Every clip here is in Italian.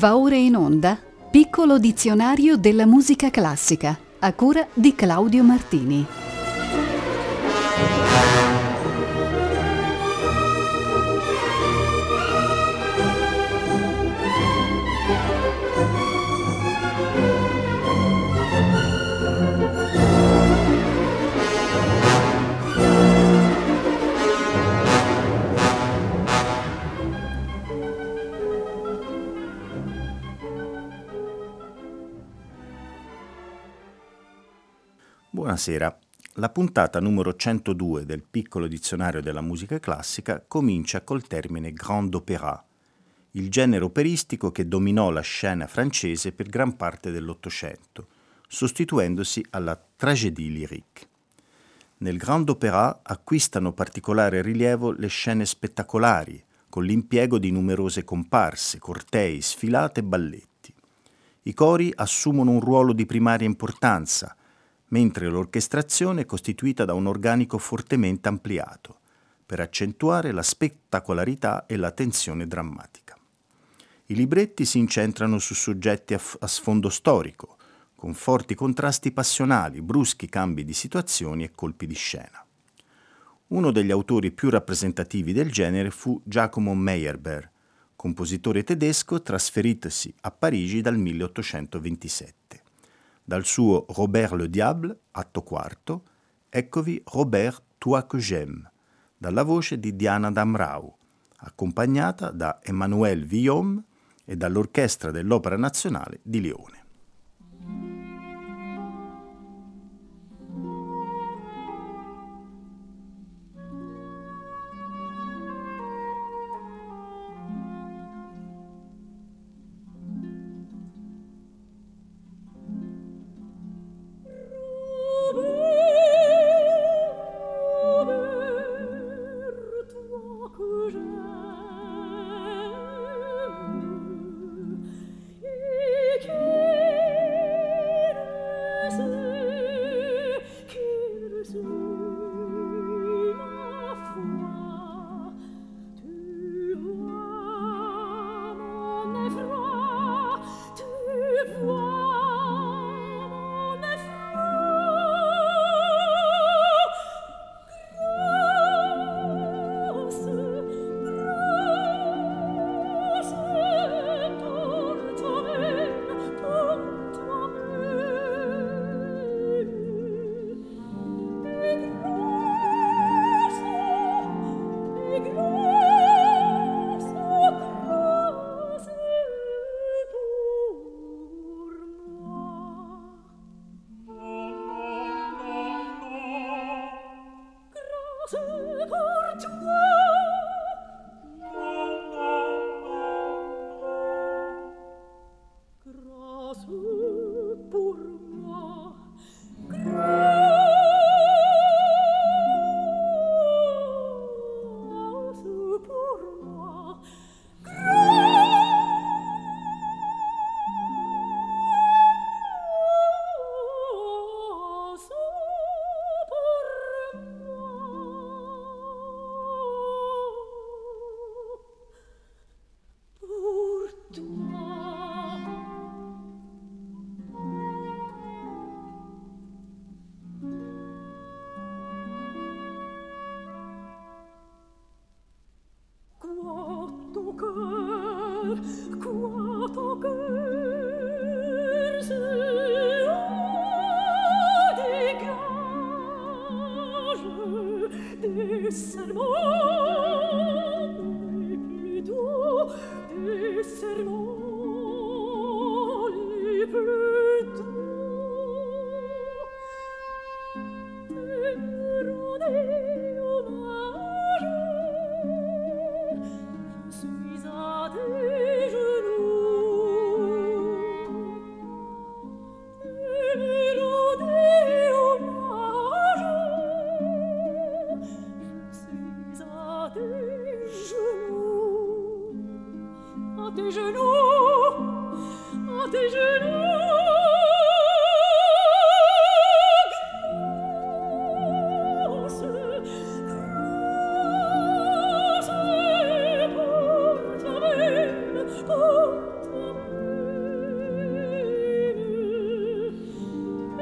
Va ora in onda Piccolo dizionario della musica classica, a cura di Claudio Martini. Buonasera. La puntata numero 102 del Piccolo dizionario della musica classica comincia col termine Grand Opéra, il genere operistico che dominò la scena francese per gran parte dell'Ottocento, sostituendosi alla tragédie lyrique. Nel Grand Opéra acquistano particolare rilievo le scene spettacolari, con l'impiego di numerose comparse, cortei, sfilate e balletti. I cori assumono un ruolo di primaria importanza, mentre l'orchestrazione è costituita da un organico fortemente ampliato, per accentuare la spettacolarità e la tensione drammatica. I libretti si incentrano su soggetti a sfondo storico, con forti contrasti passionali, bruschi cambi di situazioni e colpi di scena. Uno degli autori più rappresentativi del genere fu Giacomo Meyerbeer, compositore tedesco trasferitosi a Parigi dal 1827. Dal suo Robert le Diable, atto quarto, eccovi Robert Toi que j'aime, dalla voce di Diana Damrau, accompagnata da Emmanuel Villaume e dall'Orchestra dell'Opera Nazionale di Lione. Que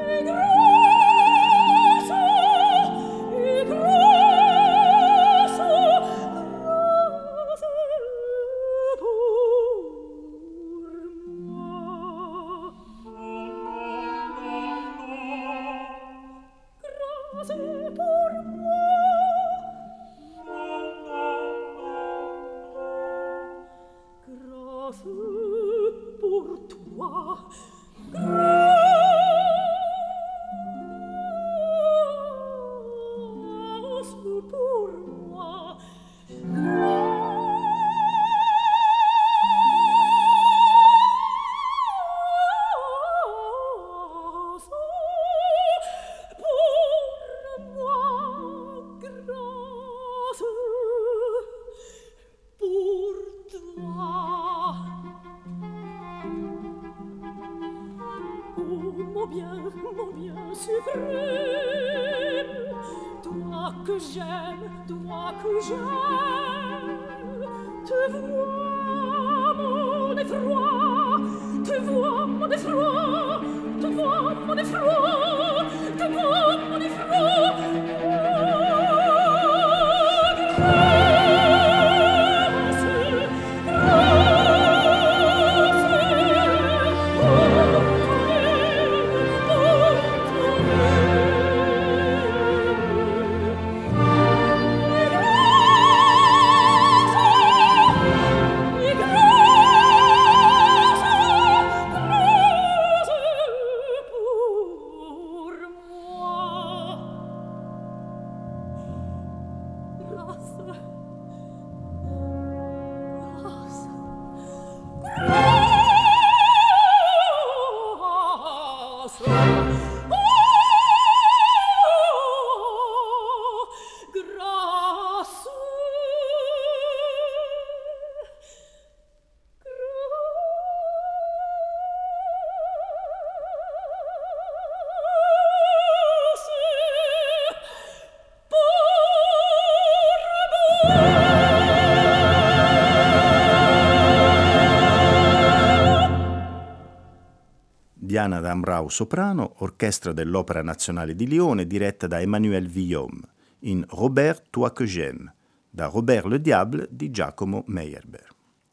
Diana Damrau soprano, orchestra dell'Opera Nazionale di Lione diretta da Emmanuel Villaume, in Robert Toi que j'aime, da Robert le Diable di Giacomo Meyerbeer.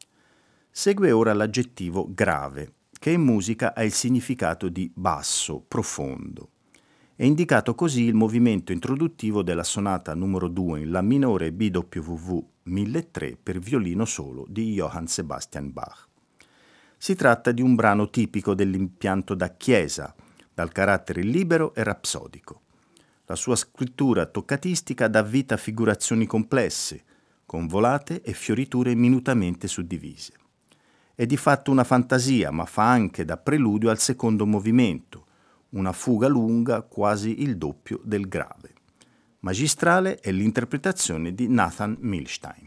Segue ora l'aggettivo grave, che in musica ha il significato di basso, profondo. È indicato così il movimento introduttivo della sonata numero 2 in La minore BWV 1003 per violino solo di Johann Sebastian Bach. Si tratta di un brano tipico dell'impianto da chiesa, dal carattere libero e rapsodico. La sua scrittura toccatistica dà vita a figurazioni complesse, con volate e fioriture minutamente suddivise. È di fatto una fantasia, ma fa anche da preludio al secondo movimento, una fuga lunga quasi il doppio del grave. Magistrale è l'interpretazione di Nathan Milstein.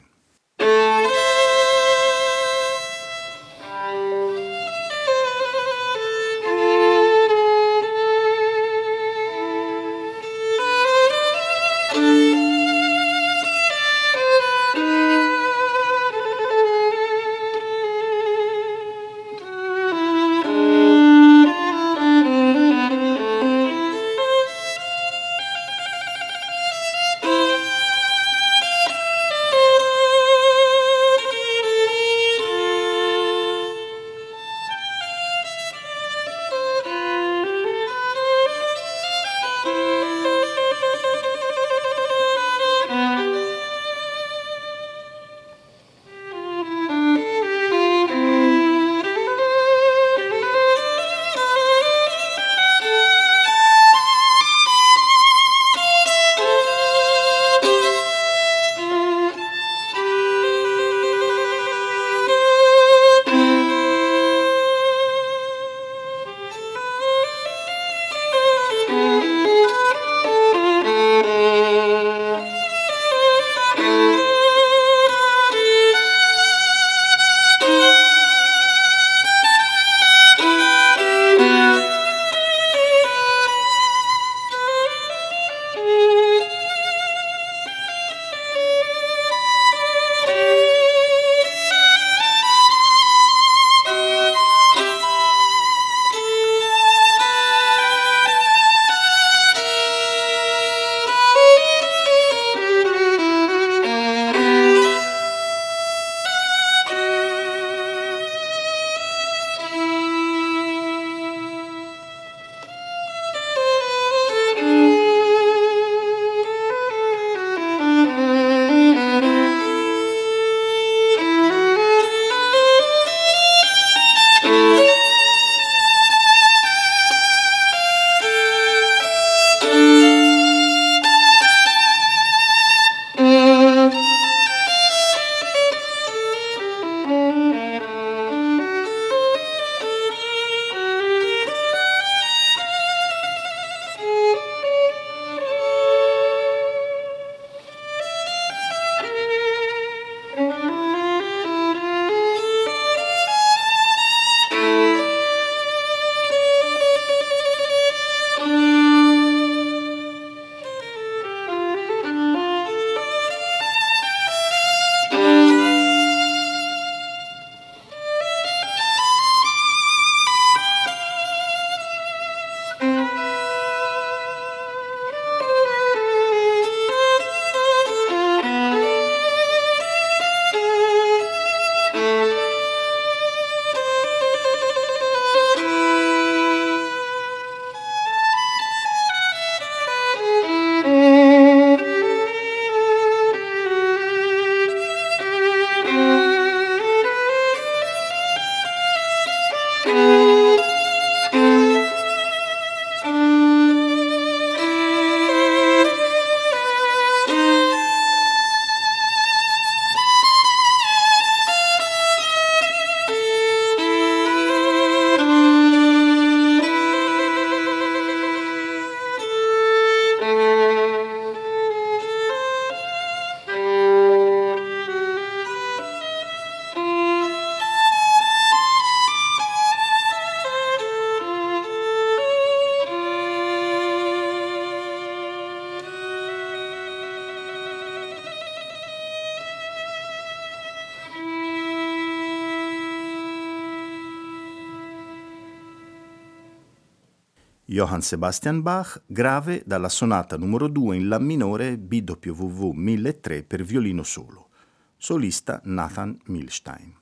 Johann Sebastian Bach, grave dalla sonata numero 2 in La minore BWV 1003 per violino solo. Solista Nathan Milstein.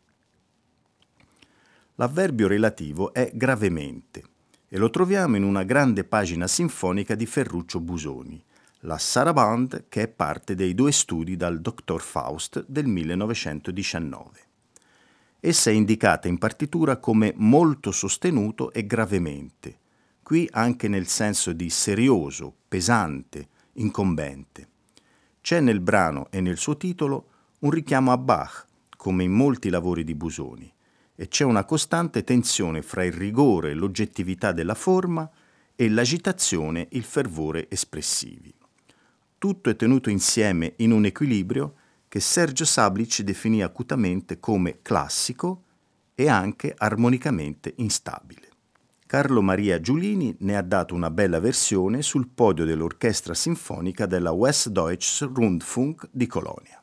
L'avverbio relativo è gravemente e lo troviamo in una grande pagina sinfonica di Ferruccio Busoni, la Sarabande, che è parte dei 2 studi dal Dr. Faust del 1919. Essa è indicata in partitura come molto sostenuto e gravemente, qui anche nel senso di serioso, pesante, incombente. C'è nel brano e nel suo titolo un richiamo a Bach, come in molti lavori di Busoni, e c'è una costante tensione fra il rigore e l'oggettività della forma e l'agitazione e il fervore espressivi. Tutto è tenuto insieme in un equilibrio che Sergio Sablic definì acutamente come classico e anche armonicamente instabile. Carlo Maria Giulini ne ha dato una bella versione sul podio dell'Orchestra Sinfonica della Westdeutscher Rundfunk di Colonia.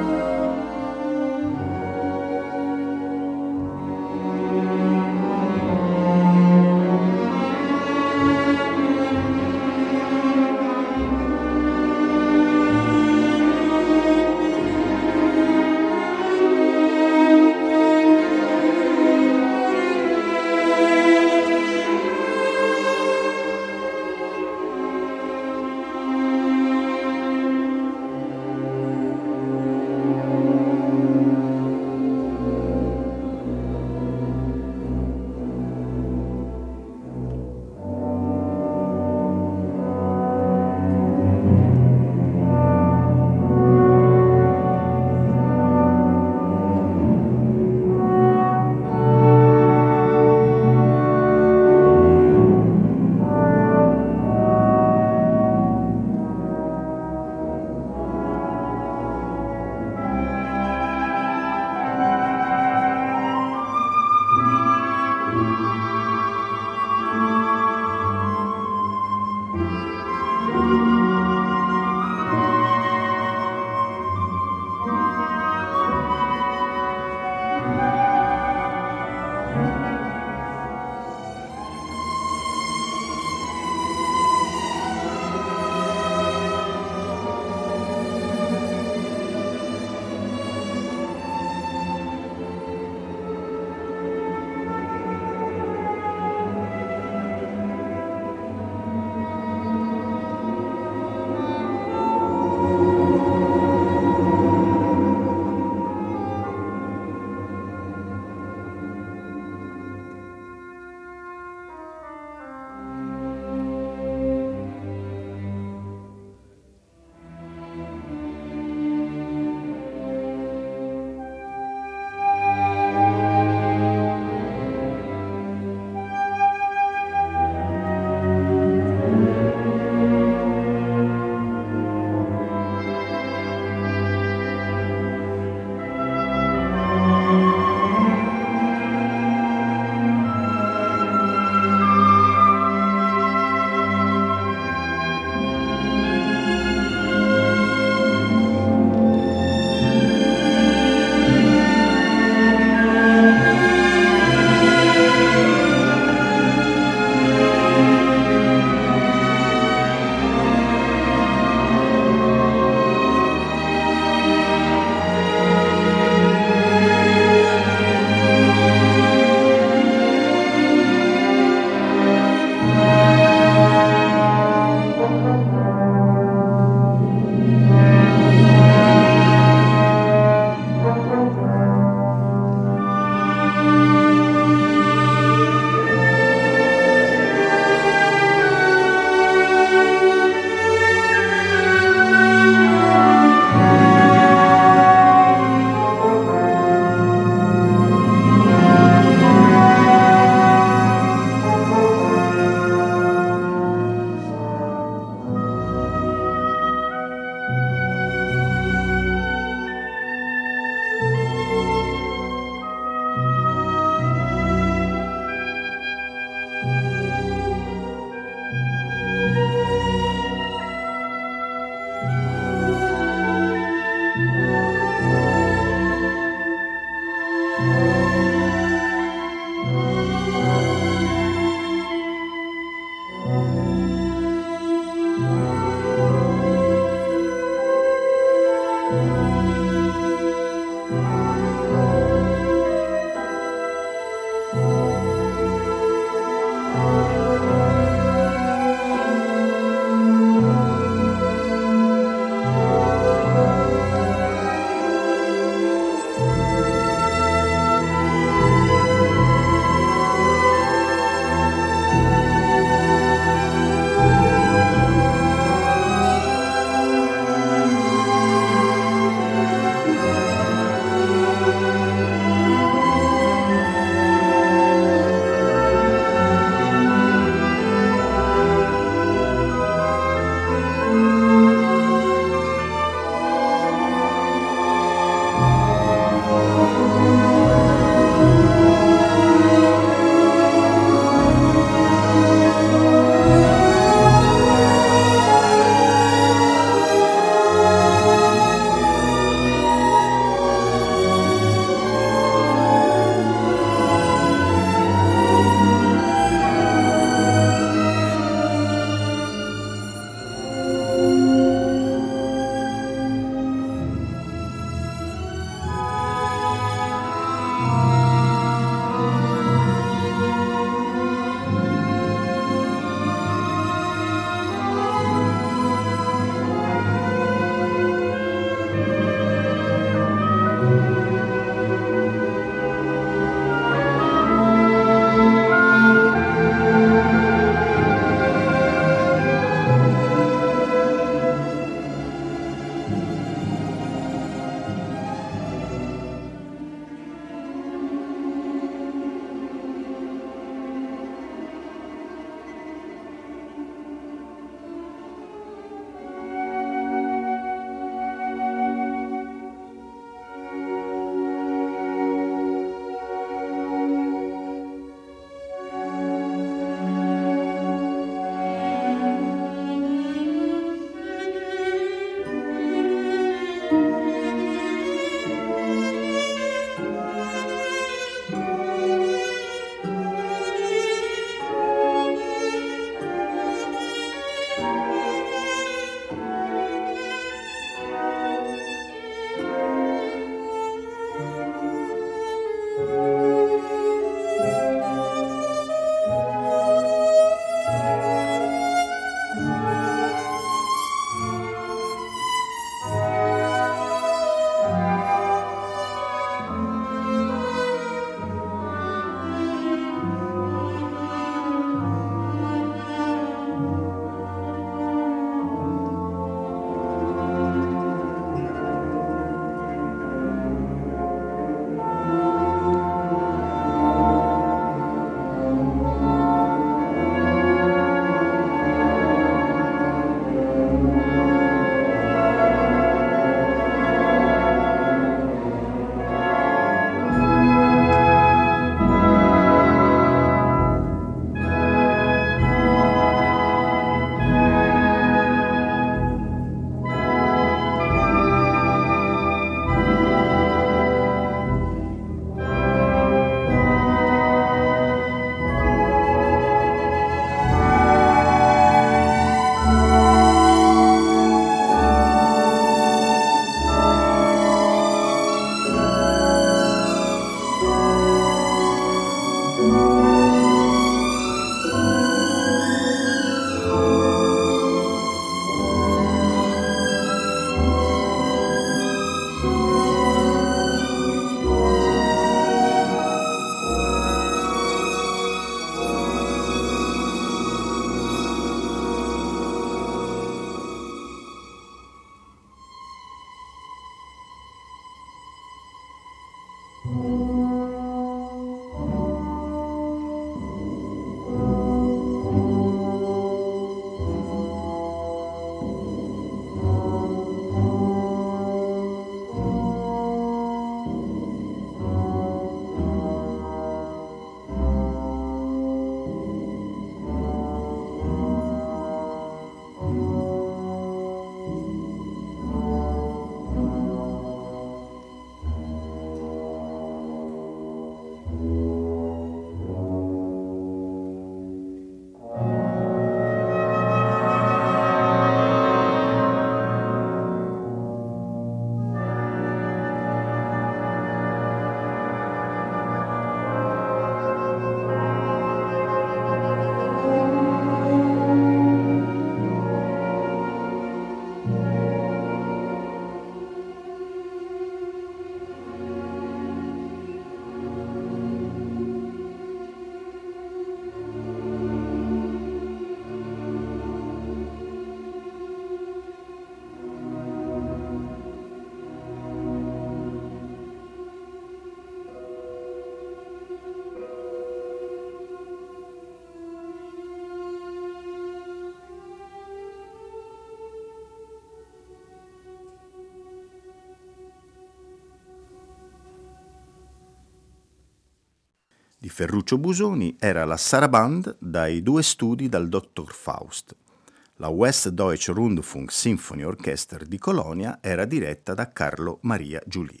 Di Ferruccio Busoni era la Sarabande dai due studi dal Dr. Faust. La Westdeutsche Rundfunk Symphony Orchester di Colonia era diretta da Carlo Maria Giulini.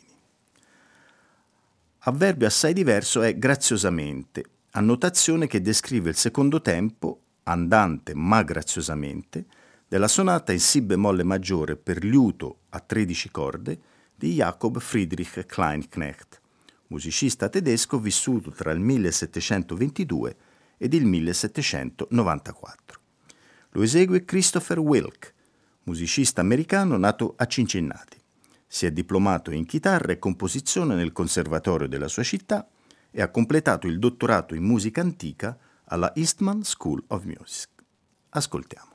Avverbio assai diverso è graziosamente, annotazione che descrive il secondo tempo, andante ma graziosamente, della sonata in Si bemolle maggiore per liuto a 13 corde di Jakob Friedrich Kleinknecht, musicista tedesco vissuto tra il 1722 ed il 1794. Lo esegue Christopher Wilk, musicista americano nato a Cincinnati. Si è diplomato in chitarra e composizione nel conservatorio della sua città e ha completato il dottorato in musica antica alla Eastman School of Music. Ascoltiamo.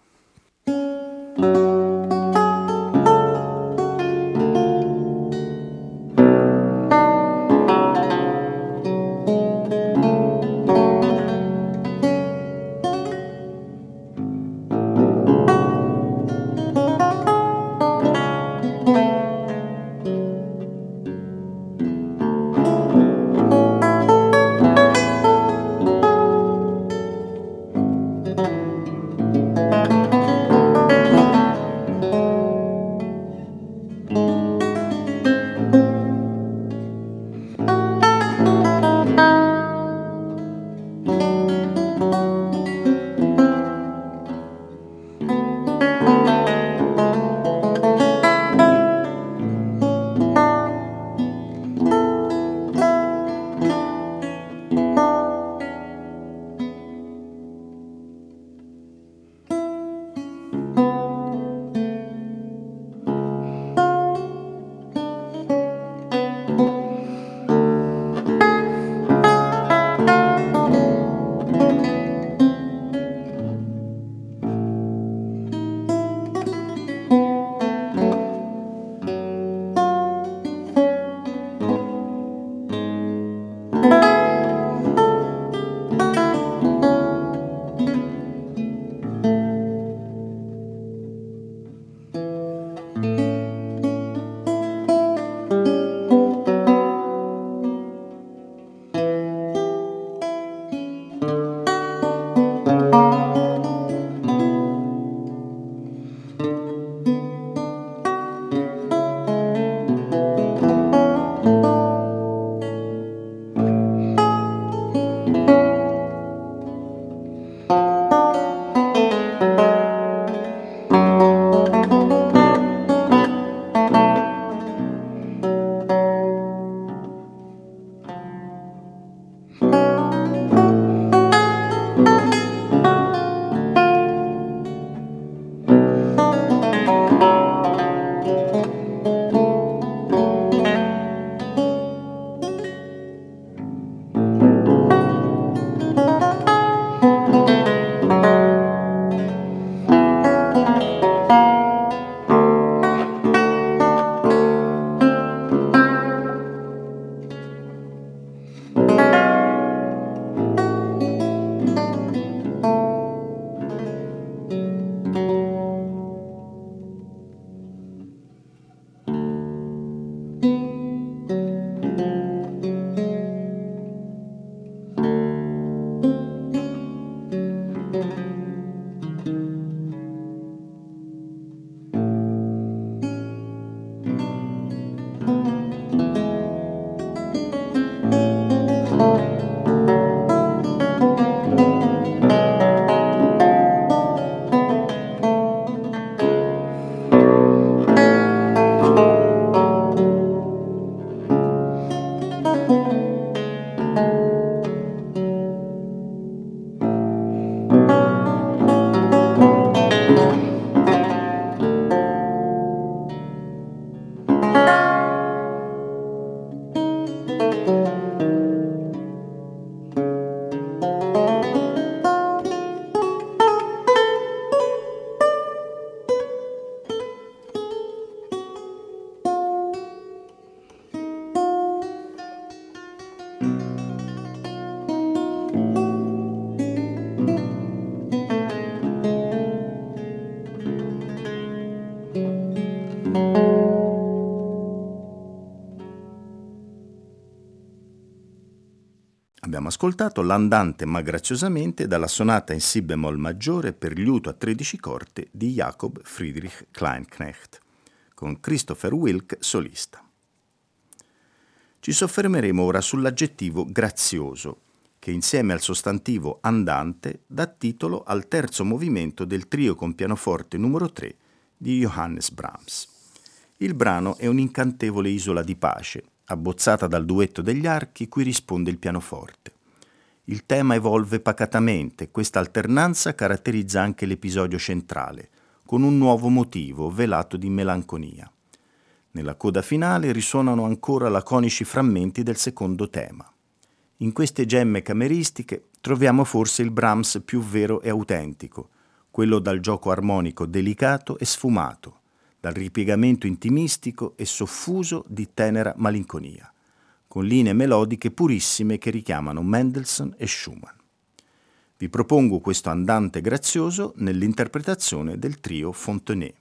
Abbiamo ascoltato l'Andante ma graziosamente dalla sonata in Si bemoll maggiore per liuto a 13 corde di Jakob Friedrich Kleinknecht, con Christopher Wilk solista. Ci soffermeremo ora sull'aggettivo grazioso, che insieme al sostantivo andante dà titolo al terzo movimento del trio con pianoforte numero 3 di Johannes Brahms. Il brano è un'incantevole isola di pace, abbozzata dal duetto degli archi cui risponde il pianoforte. Il tema evolve pacatamente, questa alternanza caratterizza anche l'episodio centrale, con un nuovo motivo velato di melanconia. Nella coda finale risuonano ancora laconici frammenti del secondo tema. In queste gemme cameristiche troviamo forse il Brahms più vero e autentico, quello dal gioco armonico delicato e sfumato, dal ripiegamento intimistico e soffuso di tenera malinconia, con linee melodiche purissime che richiamano Mendelssohn e Schumann. Vi propongo questo andante grazioso nell'interpretazione del trio Fontenay.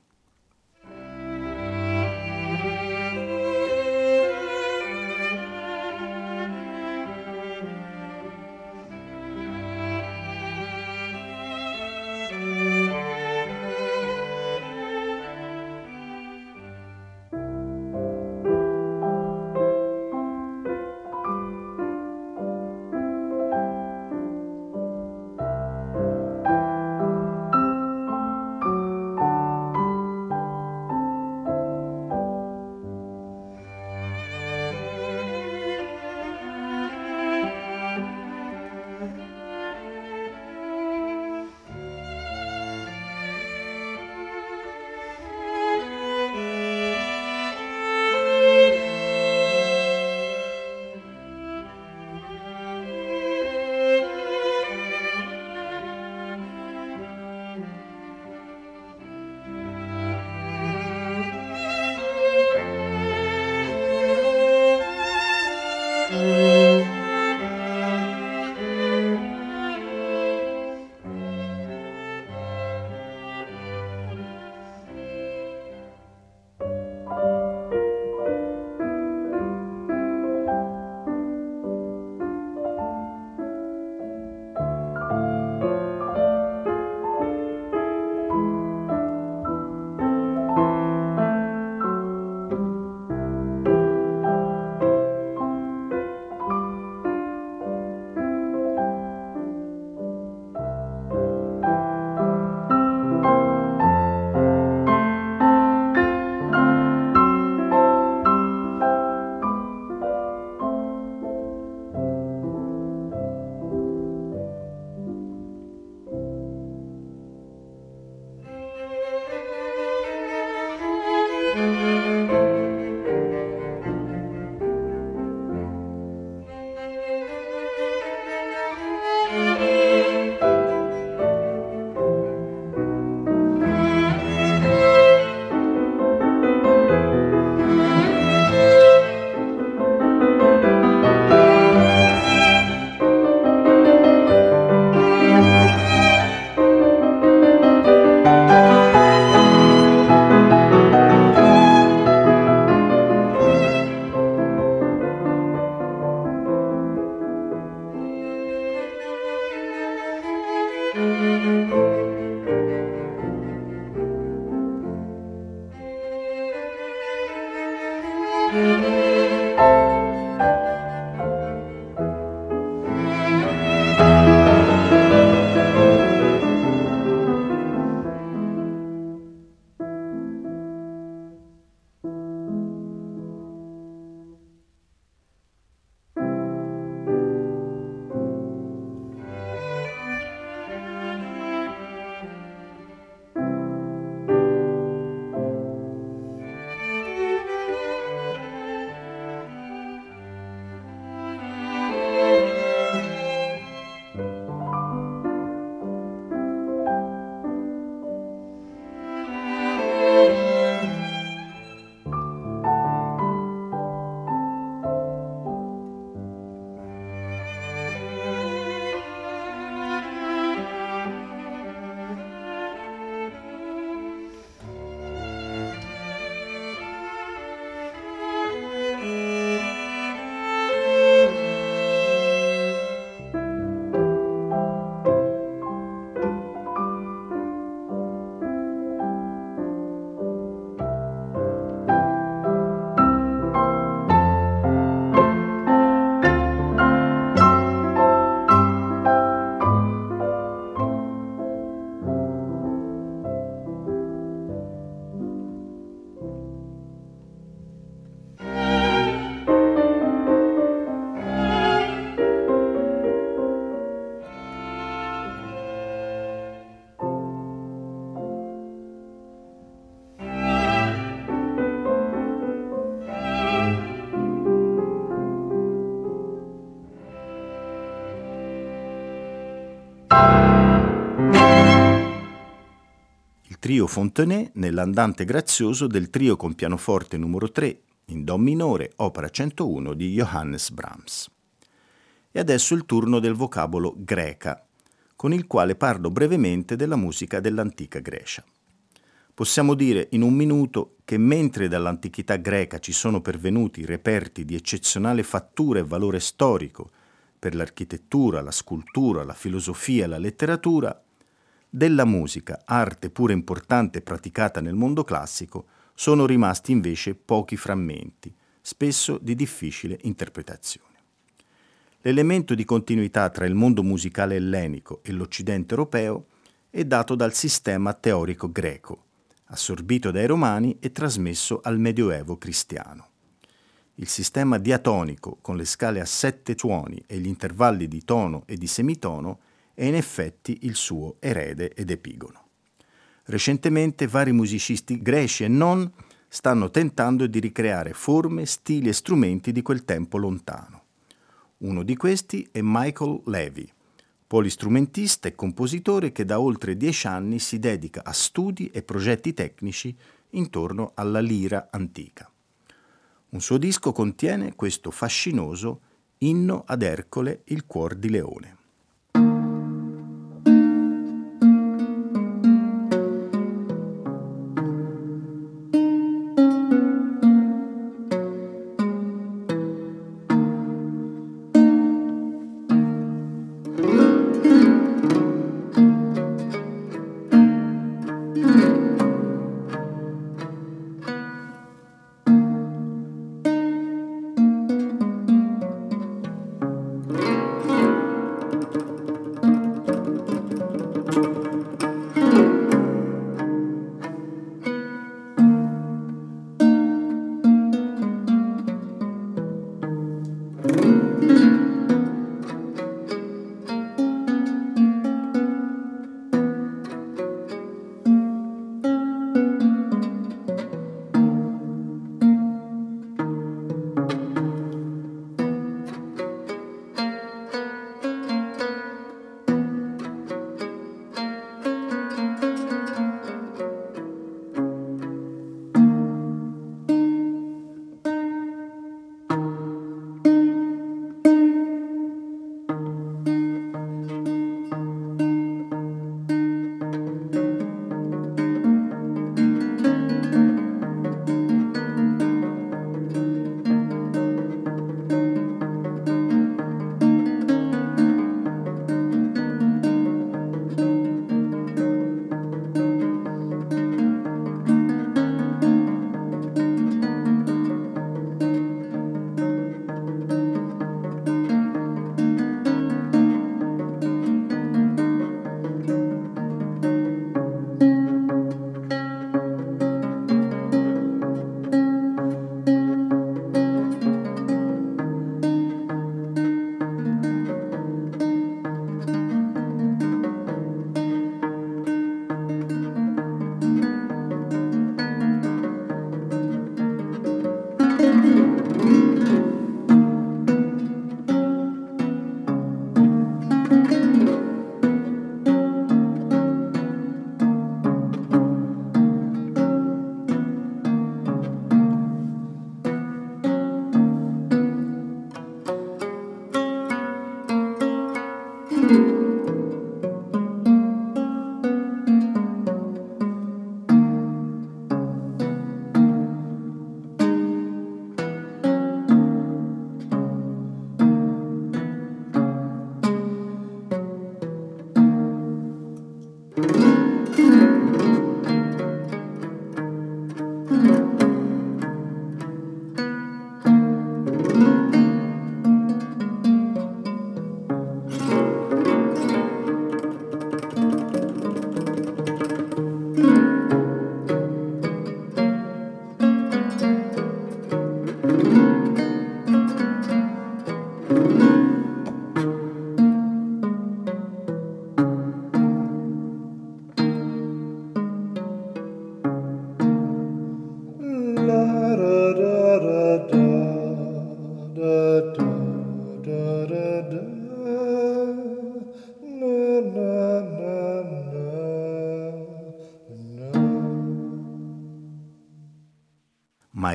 trio Fontenay nell'andante grazioso del trio con pianoforte numero 3 in Do minore, opera 101 di Johannes Brahms. E adesso il turno del vocabolo greca, con il quale parlo brevemente della musica dell'antica Grecia. Possiamo dire in un minuto che mentre dall'antichità greca ci sono pervenuti reperti di eccezionale fattura e valore storico per l'architettura, la scultura, la filosofia e la letteratura, della musica, arte pure importante praticata nel mondo classico, sono rimasti invece pochi frammenti, spesso di difficile interpretazione. L'elemento di continuità tra il mondo musicale ellenico e l'Occidente europeo è dato dal sistema teorico greco, assorbito dai Romani e trasmesso al Medioevo cristiano. Il sistema diatonico con le scale a 7 suoni e gli intervalli di tono e di semitono è in effetti il suo erede ed epigono. Recentemente vari musicisti greci e non stanno tentando di ricreare forme, stili e strumenti di quel tempo lontano. Uno di questi è Michael Levy, polistrumentista e compositore che da oltre 10 anni si dedica a studi e progetti tecnici intorno alla lira antica. Un suo disco contiene questo fascinoso Inno ad Ercole, il cuor di leone.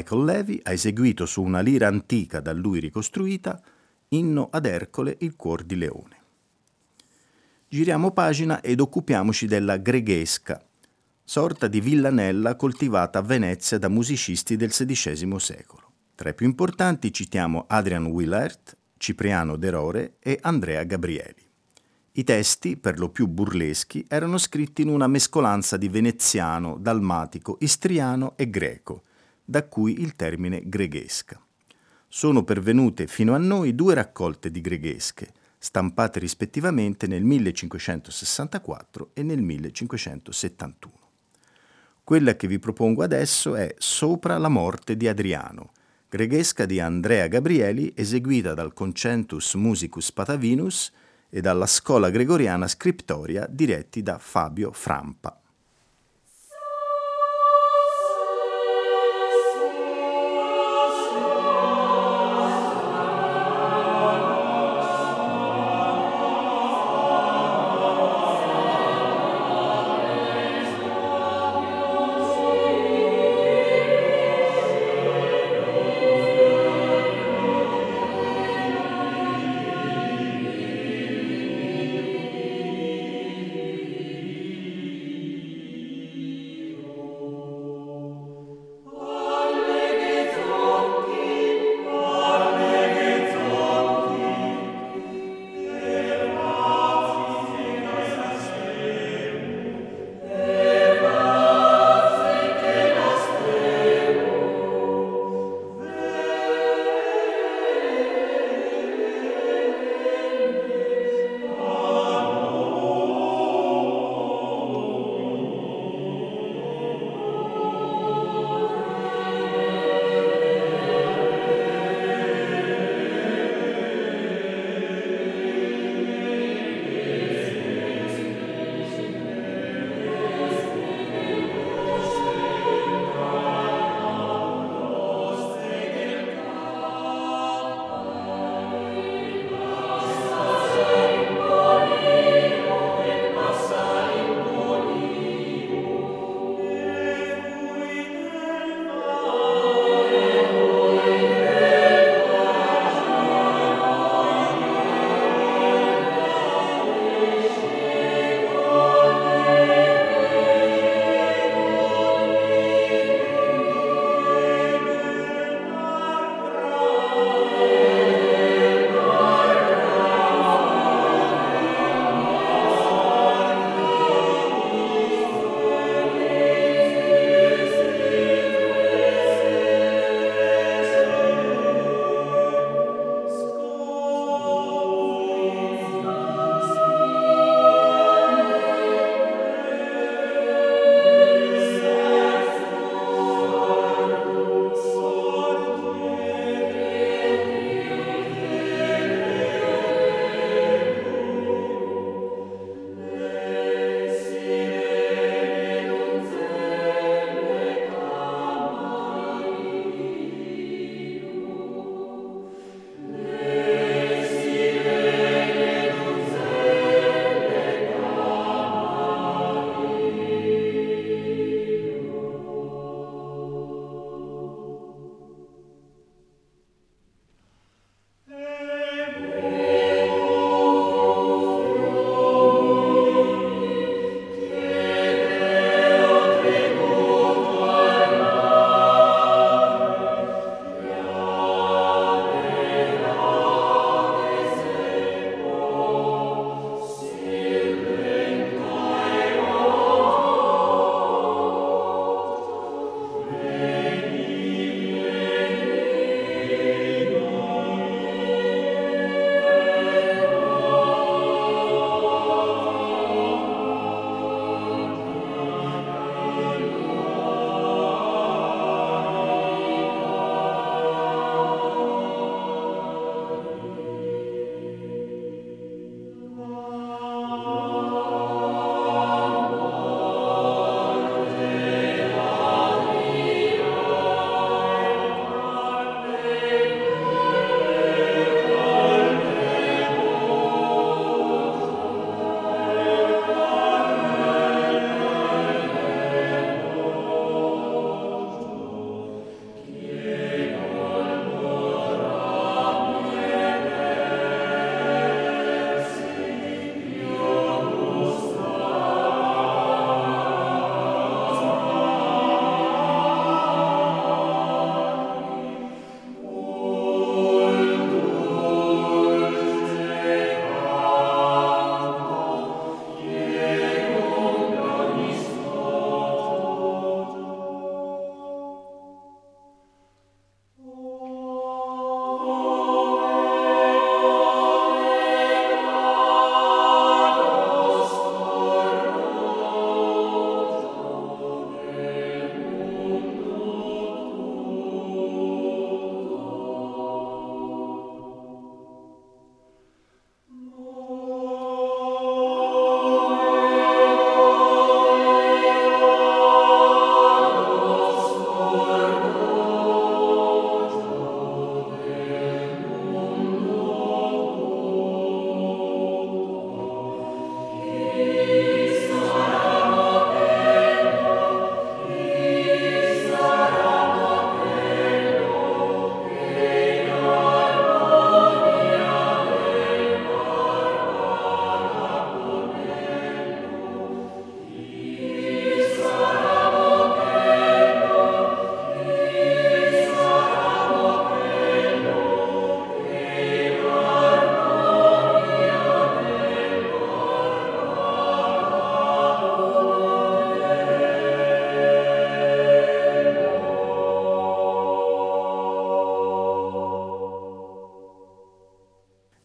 Michael Levy ha eseguito su una lira antica da lui ricostruita Inno ad Ercole, il cuor di leone. Giriamo pagina ed occupiamoci della greggesca, sorta di villanella coltivata a Venezia da musicisti del XVI secolo. Tra i più importanti citiamo Adrian Willaert, Cipriano de Rore e Andrea Gabrieli. I testi, per lo più burleschi, erano scritti in una mescolanza di veneziano, dalmatico, istriano e greco, da cui il termine greggesca. Sono pervenute fino a noi 2 raccolte di greggesche, stampate rispettivamente nel 1564 e nel 1571. Quella che vi propongo adesso è Sopra la morte di Adriano, greggesca di Andrea Gabrieli eseguita dal Concentus Musicus Patavinus e dalla Scola Gregoriana Scriptoria diretti da Fabio Frampa.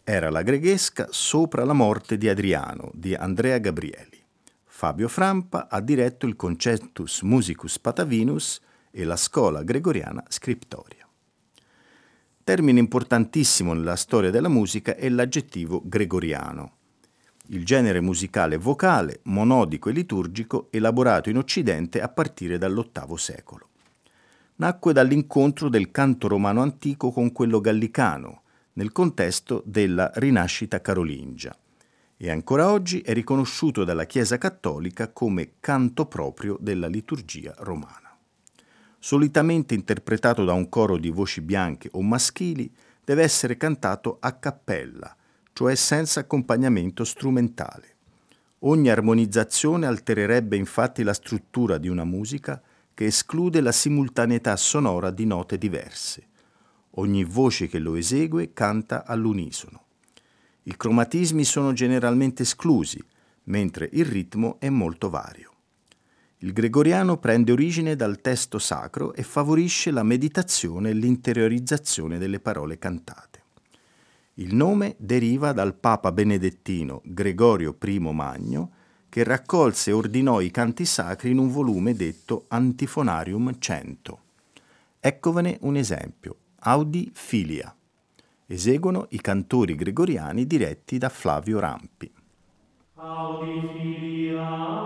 era la greggesca Sopra la morte di Adriano di Andrea Gabrieli. Fabio Frampa ha diretto il Concertus Musicus Patavinus e la Scola Gregoriana Scriptoria. Termine importantissimo nella storia della musica è l'aggettivo gregoriano. Il genere musicale vocale, monodico e liturgico, elaborato in Occidente a partire dall'VIII secolo. Nacque dall'incontro del canto romano antico con quello gallicano, nel contesto della rinascita carolingia, e ancora oggi è riconosciuto dalla Chiesa cattolica come canto proprio della liturgia romana. Solitamente interpretato da un coro di voci bianche o maschili, deve essere cantato a cappella, cioè senza accompagnamento strumentale. Ogni armonizzazione altererebbe infatti la struttura di una musica che esclude la simultaneità sonora di note diverse. Ogni voce che lo esegue canta all'unisono. I cromatismi sono generalmente esclusi, mentre il ritmo è molto vario. Il gregoriano prende origine dal testo sacro e favorisce la meditazione e l'interiorizzazione delle parole cantate. Il nome deriva dal Papa benedettino Gregorio I Magno, che raccolse e ordinò i canti sacri in un volume detto Antiphonarium 100. Eccovene un esempio, Audi Filia. Eseguono i cantori gregoriani diretti da Flavio Rampi. Audi Filia.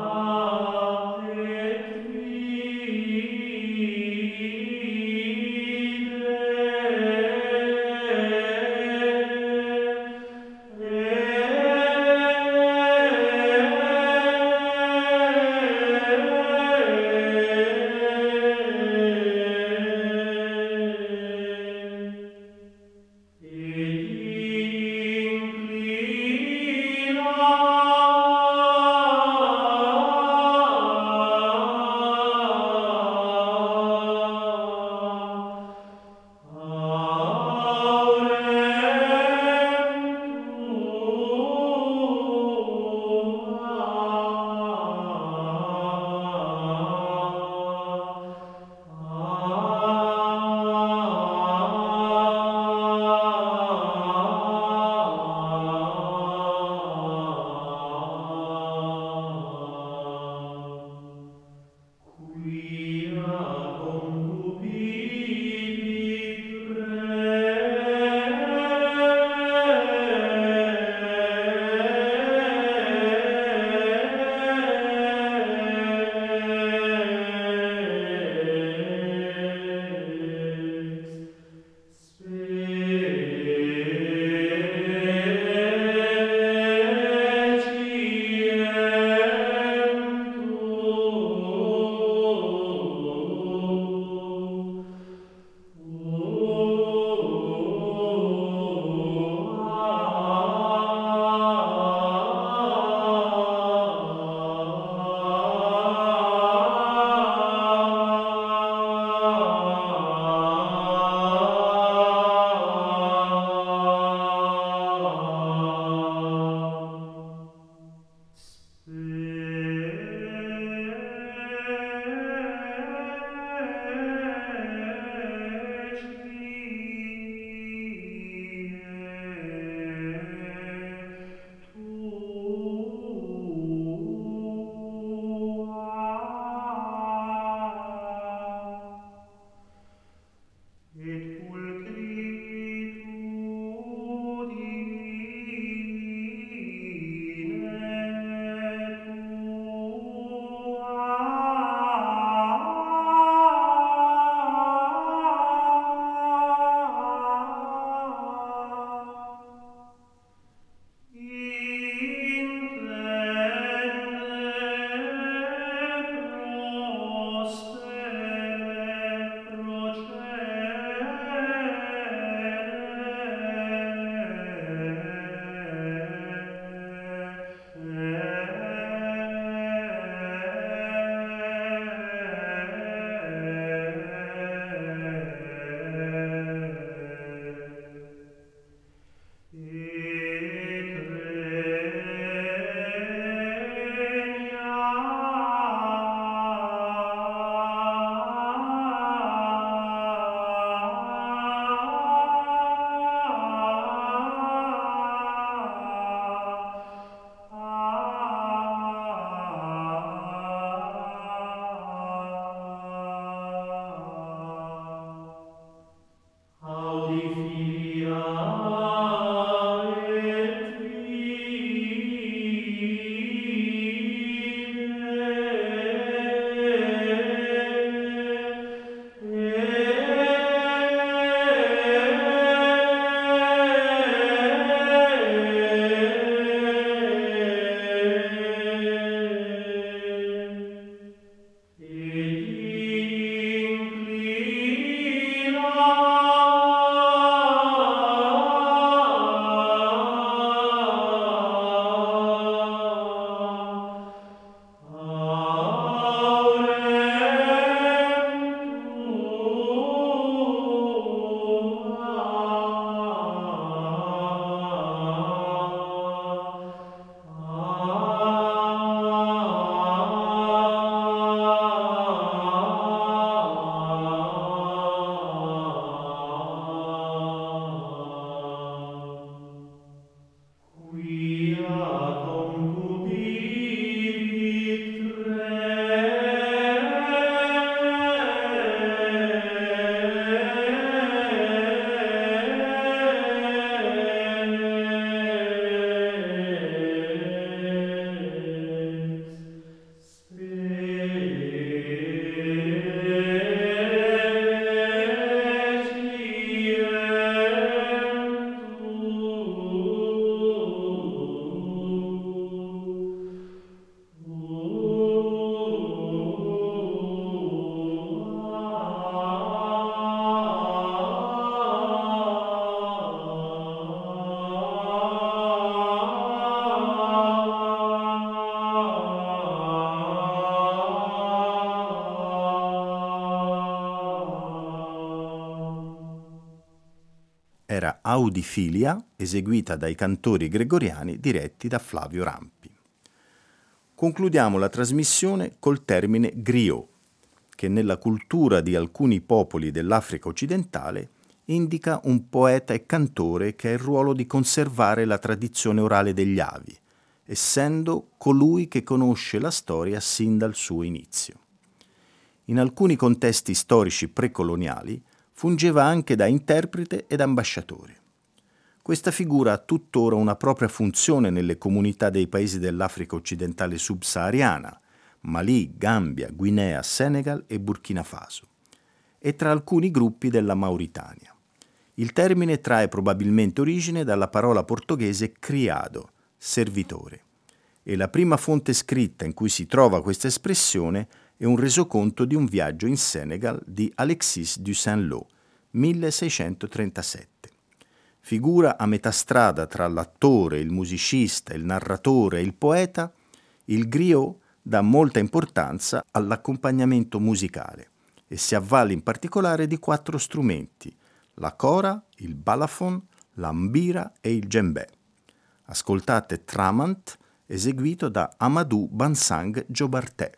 Audifilia, eseguita dai cantori gregoriani diretti da Flavio Rampi. Concludiamo la trasmissione col termine griot, che nella cultura di alcuni popoli dell'Africa occidentale indica un poeta e cantore che ha il ruolo di conservare la tradizione orale degli avi, essendo colui che conosce la storia sin dal suo inizio. In alcuni contesti storici precoloniali fungeva anche da interprete ed ambasciatore. Questa figura ha tuttora una propria funzione nelle comunità dei paesi dell'Africa occidentale subsahariana, Malì, Gambia, Guinea, Senegal e Burkina Faso, e tra alcuni gruppi della Mauritania. Il termine trae probabilmente origine dalla parola portoghese criado, servitore, e la prima fonte scritta in cui si trova questa espressione è un resoconto di un viaggio in Senegal di Alexis du Saint-Lô, 1637. Figura a metà strada tra l'attore, il musicista, il narratore e il poeta, il griot dà molta importanza all'accompagnamento musicale e si avvale in particolare di 4 strumenti: la kora, il balafon, l'ambira e il djembé. Ascoltate Tramant, eseguito da Amadou Bansang Jobarteh.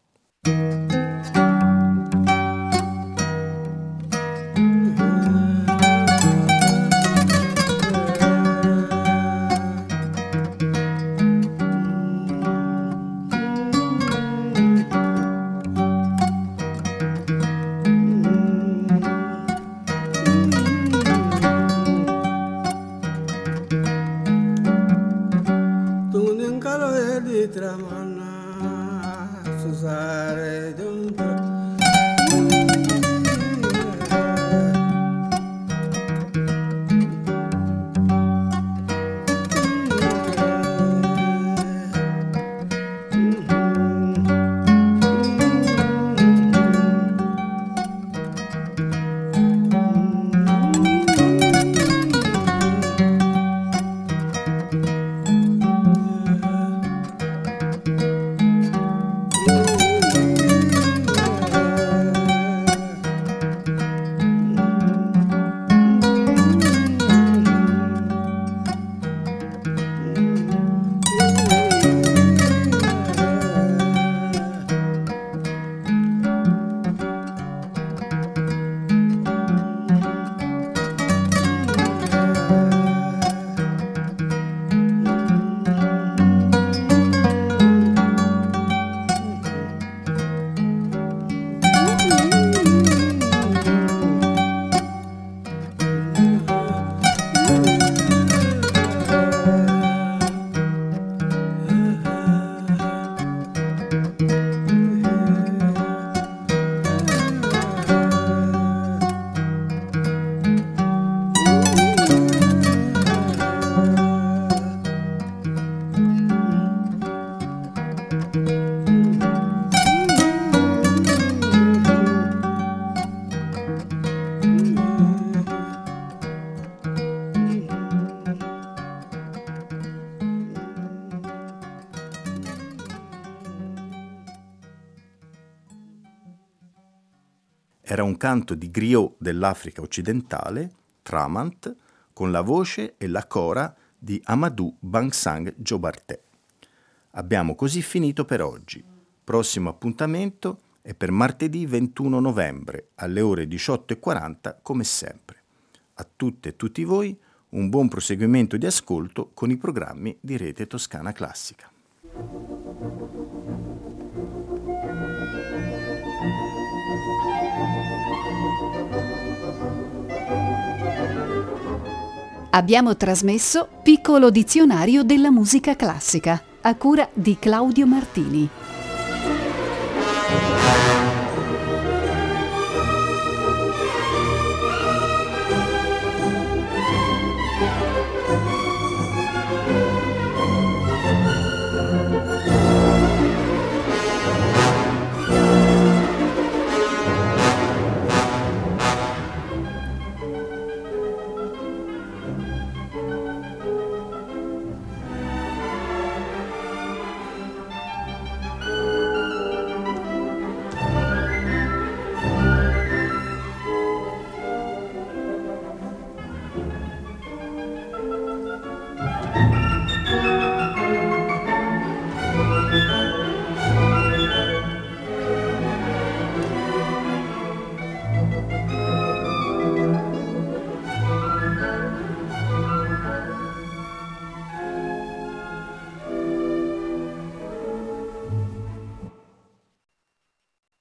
Era un canto di griot dell'Africa occidentale, Tramant, con la voce e la kora di Amadou Bansang Jobarteh. Abbiamo così finito per oggi. Prossimo appuntamento è per martedì 21 novembre alle ore 18:40 come sempre. A tutte e tutti voi un buon proseguimento di ascolto con i programmi di Rete Toscana Classica. Abbiamo trasmesso Piccolo dizionario della musica classica, a cura di Claudio Martini.